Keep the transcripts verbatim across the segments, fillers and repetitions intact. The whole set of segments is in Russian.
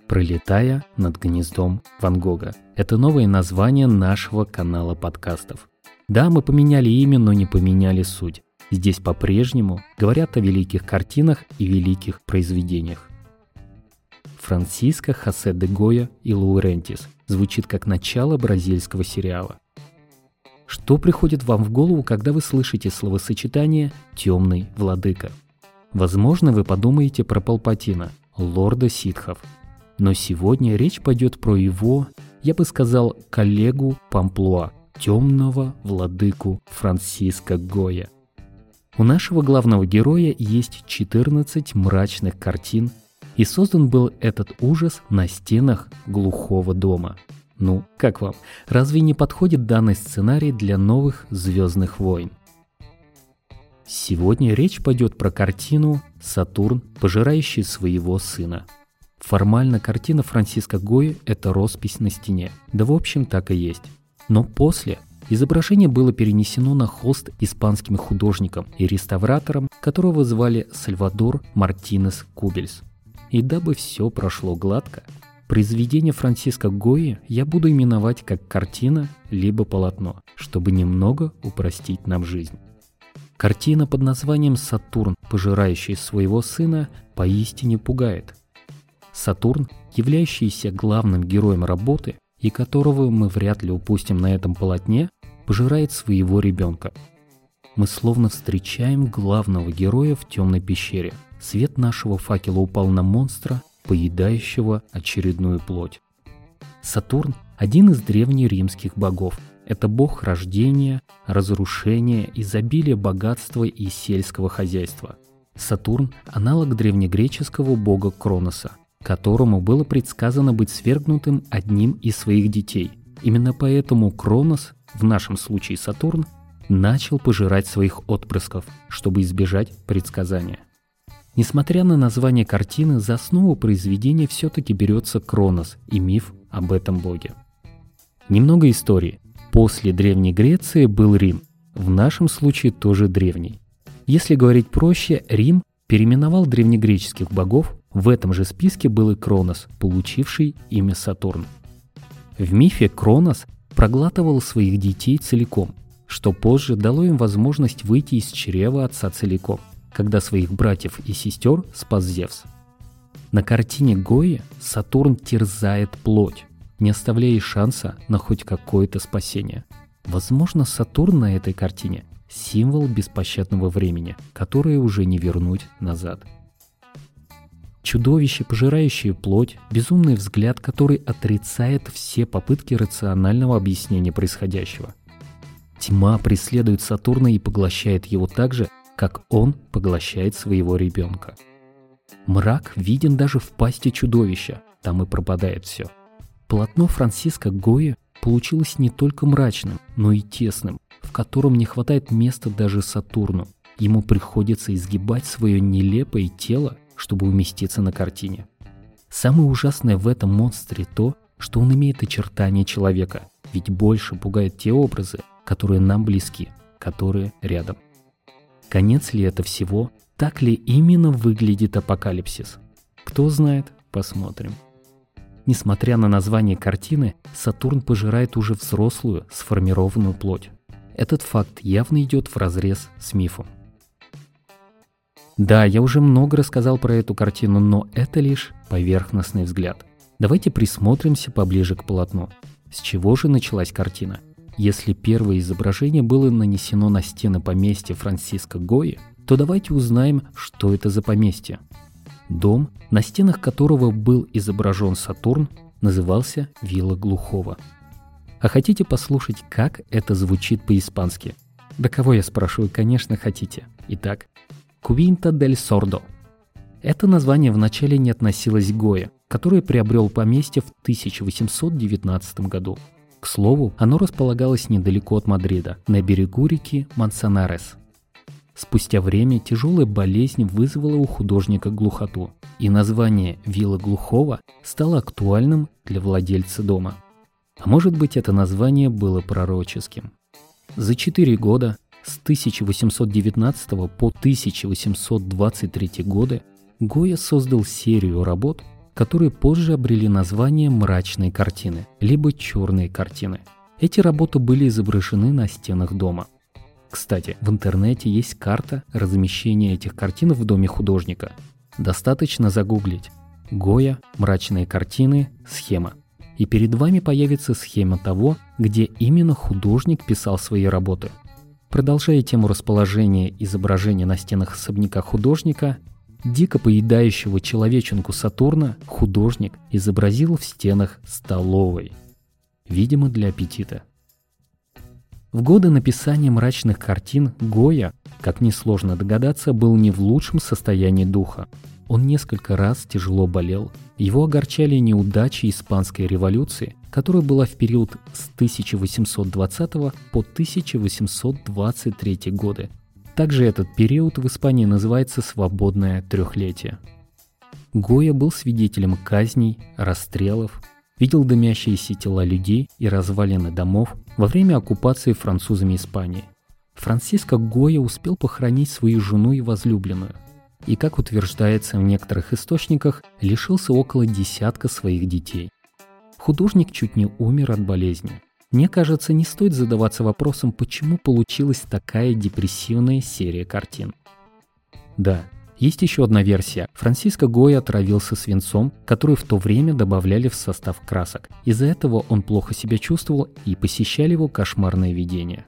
«Пролетая над гнездом Ван Гога». Это новое название нашего канала подкастов. Да, мы поменяли имя, но не поменяли суть. Здесь по-прежнему говорят о великих картинах и великих произведениях. Франсиско Хосе де Гойя и Лаурентис звучит как начало бразильского сериала. Что приходит вам в голову, когда вы слышите словосочетание «темный владыка»? Возможно, вы подумаете про Палпатина, лорда ситхов. Но сегодня речь пойдет про его, я бы сказал, коллегу Памплуа, темного владыку Франсиско Гойя. У нашего главного героя есть четырнадцать мрачных картин, и создан был этот ужас на стенах глухого дома. Ну, как вам, разве не подходит данный сценарий для новых «Звездных войн»? Сегодня речь пойдет про картину «Сатурн, пожирающий своего сына». Формально картина Франсиско Гойи – это роспись на стене. Да в общем так и есть. Но после изображение было перенесено на холст испанским художником и реставратором, которого звали Сальвадор Мартинес Кубельс. И дабы все прошло гладко, произведение Франсиско Гойи я буду именовать как картина либо полотно, чтобы немного упростить нам жизнь. Картина под названием «Сатурн, пожирающий своего сына», поистине пугает. Сатурн, являющийся главным героем работы и которого мы вряд ли упустим на этом полотне, пожирает своего ребенка. Мы словно встречаем главного героя в темной пещере. Свет нашего факела упал на монстра, поедающего очередную плоть. Сатурн – один из древнеримских богов. Это бог рождения, разрушения, изобилия, богатства и сельского хозяйства. Сатурн – аналог древнегреческого бога Кроноса, которому было предсказано быть свергнутым одним из своих детей. Именно поэтому Кронос, в нашем случае Сатурн, начал пожирать своих отпрысков, чтобы избежать предсказания. Несмотря на название картины, за основу произведения все-таки берется Кронос и миф об этом боге. Немного истории. После Древней Греции был Рим, в нашем случае тоже древний. Если говорить проще, Рим переименовал древнегреческих богов, в этом же списке был и Кронос, получивший имя Сатурн. В мифе Кронос проглатывал своих детей целиком, что позже дало им возможность выйти из чрева отца целиком, когда своих братьев и сестер спас Зевс. На картине Гойи Сатурн терзает плоть, не оставляя шанса на хоть какое-то спасение. Возможно, Сатурн на этой картине – символ беспощадного времени, которое уже не вернуть назад. Чудовище, пожирающее плоть, безумный взгляд, который отрицает все попытки рационального объяснения происходящего. Тьма преследует Сатурна и поглощает его так же, как он поглощает своего ребенка. Мрак виден даже в пасти чудовища, там и пропадает все. Полотно Франсиско Гойи получилось не только мрачным, но и тесным, в котором не хватает места даже Сатурну. Ему приходится изгибать свое нелепое тело, чтобы уместиться на картине. Самое ужасное в этом монстре то, что он имеет очертания человека, ведь больше пугают те образы, которые нам близки, которые рядом. Конец ли это всего? Так ли именно выглядит апокалипсис? Кто знает, посмотрим. Несмотря на название картины, Сатурн пожирает уже взрослую, сформированную плоть. Этот факт явно идет вразрез с мифом. Да, я уже много рассказал про эту картину, но это лишь поверхностный взгляд. Давайте присмотримся поближе к полотну. С чего же началась картина? Если первое изображение было нанесено на стены поместья Франсиско Гойи, то давайте узнаем, что это за поместье. Дом, на стенах которого был изображен Сатурн, назывался Вилла Глухого. А хотите послушать, как это звучит по-испански? Да кого я спрашиваю, конечно, хотите. Итак, Quinta del Sordo. Это название вначале не относилось к Гойе, который приобрел поместье в тысяча восемьсот девятнадцатом году. К слову, оно располагалось недалеко от Мадрида, на берегу реки Мансанарес. Спустя время тяжелая болезнь вызвала у художника глухоту, и название «Вилла Глухого» стало актуальным для владельца дома. А может быть, это название было пророческим. За четыре года, с тысяча восемьсот девятнадцатого по тысяча восемьсот двадцать третий годы, Гойя создал серию работ, которые позже обрели название «мрачные картины» либо «черные картины». Эти работы были изображены на стенах дома. Кстати, в интернете есть карта размещения этих картин в доме художника. Достаточно загуглить «Гойя, мрачные картины, схема». И перед вами появится схема того, где именно художник писал свои работы. Продолжая тему расположения изображения на стенах особняка художника, дико поедающего человеченку Сатурна художник изобразил в стенах столовой. Видимо, для аппетита. В годы написания мрачных картин Гойя, как несложно догадаться, был не в лучшем состоянии духа. Он несколько раз тяжело болел. Его огорчали неудачи Испанской революции, которая была в период с тысяча восемьсот двадцатого по тысяча восемьсот двадцать третий годы. Также этот период в Испании называется «свободное трехлетие». Гойя был свидетелем казней, расстрелов, видел дымящиеся тела людей и развалины домов во время оккупации французами Испании. Франсиско Гойя успел похоронить свою жену и возлюбленную, и, как утверждается в некоторых источниках, лишился около десятка своих детей. Художник чуть не умер от болезни. Мне кажется, не стоит задаваться вопросом, почему получилась такая депрессивная серия картин. Да, есть еще одна версия. Франсиско Гойя отравился свинцом, который в то время добавляли в состав красок. Из-за этого он плохо себя чувствовал и посещали его кошмарные видения.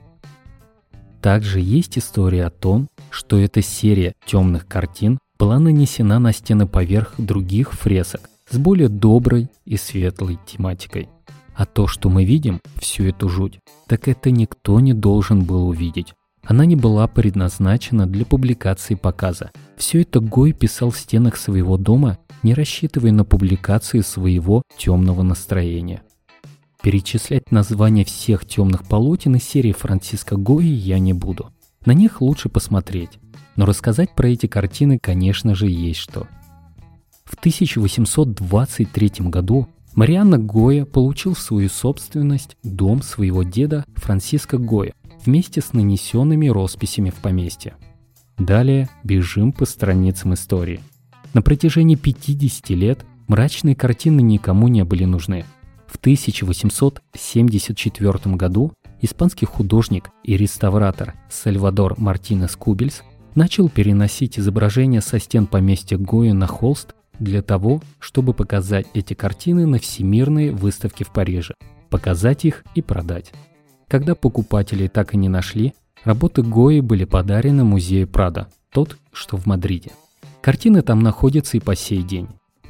Также есть история о том, что эта серия темных картин была нанесена на стены поверх других фресок с более доброй и светлой тематикой. А то, что мы видим, всю эту жуть, так это никто не должен был увидеть. Она не была предназначена для публикации и показа. Все это Гойя писал в стенах своего дома, не рассчитывая на публикации своего темного настроения. Перечислять названия всех темных полотен из серии Франсиско Гойи я не буду. На них лучше посмотреть. Но рассказать про эти картины, конечно же, есть что. В тысяча восемьсот двадцать третьем году Мариано Гойя получил в свою собственность дом своего деда Франсиско Гойя вместе с нанесенными росписями в поместье. Далее бежим по страницам истории. На протяжении пятидесяти лет мрачные картины никому не были нужны. В тысяча восемьсот семьдесят четвёртом году испанский художник и реставратор Сальвадор Мартинес Кубельс начал переносить изображения со стен поместья Гойи на холст для того, чтобы показать эти картины на всемирной выставке в Париже, показать их и продать. Когда покупатели так и не нашли, работы Гойи были подарены музею Прадо, тот, что в Мадриде. Картины там находятся и по сей день.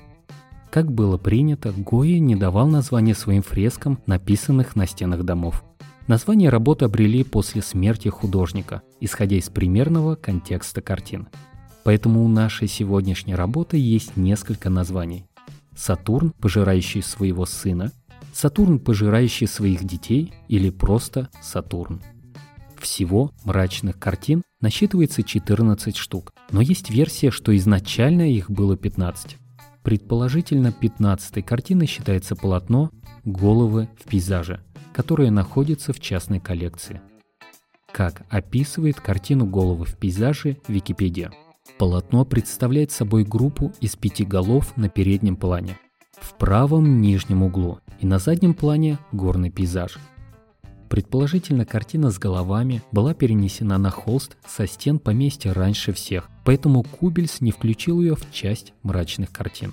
Как было принято, Гойя не давал названия своим фрескам, написанных на стенах домов. Названия работы обрели после смерти художника, исходя из примерного контекста картин. Поэтому у нашей сегодняшней работы есть несколько названий. Сатурн, пожирающий своего сына, Сатурн, пожирающий своих детей, или просто Сатурн. Всего мрачных картин насчитывается четырнадцать штук, но есть версия, что изначально их было пятнадцать. Предположительно, пятнадцатой картиной считается полотно «Головы в пейзаже», которое находится в частной коллекции. Как описывает картину «Головы в пейзаже» Википедия. Полотно представляет собой группу из пяти голов на переднем плане, в правом нижнем углу и на заднем плане горный пейзаж. Предположительно, картина с головами была перенесена на холст со стен поместья раньше всех, поэтому Кубельс не включил ее в часть мрачных картин.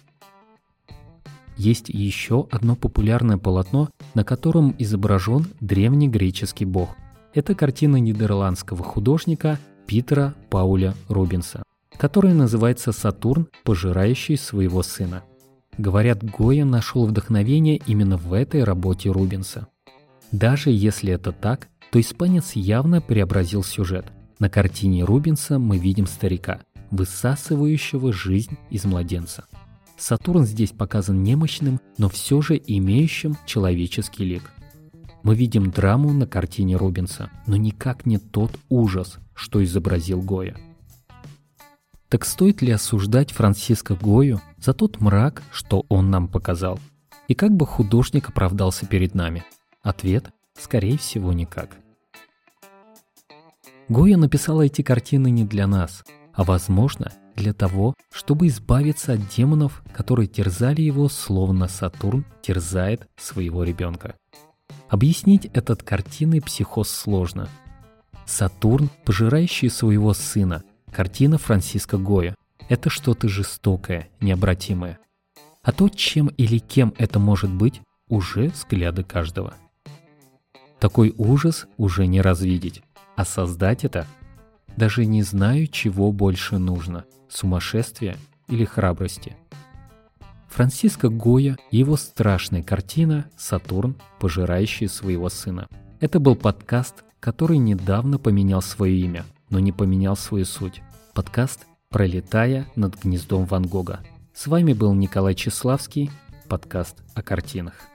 Есть еще одно популярное полотно, на котором изображен древнегреческий бог. Это картина нидерландского художника Питера Пауля Рубенса, которая называется «Сатурн, пожирающий своего сына». Говорят, Гойя нашел вдохновение именно в этой работе Рубенса. Даже если это так, то испанец явно преобразил сюжет. На картине Рубенса мы видим старика, высасывающего жизнь из младенца. Сатурн здесь показан немощным, но все же имеющим человеческий лик. Мы видим драму на картине Рубенса, но никак не тот ужас, что изобразил Гойя. Так стоит ли осуждать Франсиско Гойю за тот мрак, что он нам показал? И как бы художник оправдался перед нами? Ответ – скорее всего, никак. Гойя написал эти картины не для нас, а, возможно, для того, чтобы избавиться от демонов, которые терзали его, словно Сатурн терзает своего ребенка. Объяснить этот картиной психоз сложно. Сатурн, пожирающий своего сына, картина Франсиско Гойя, это что-то жестокое, необратимое. А то, чем или кем это может быть, уже взгляды каждого. Такой ужас уже не развидеть, а создать это даже не знаю, чего больше нужно – сумасшествия или храбрости. Франсиско Гойя и его страшная картина «Сатурн, пожирающий своего сына». Это был подкаст, который недавно поменял свое имя, но не поменял свою суть. Подкаст «Пролетая над гнездом Ван Гога». С вами был Николай Чеславский, подкаст о картинах.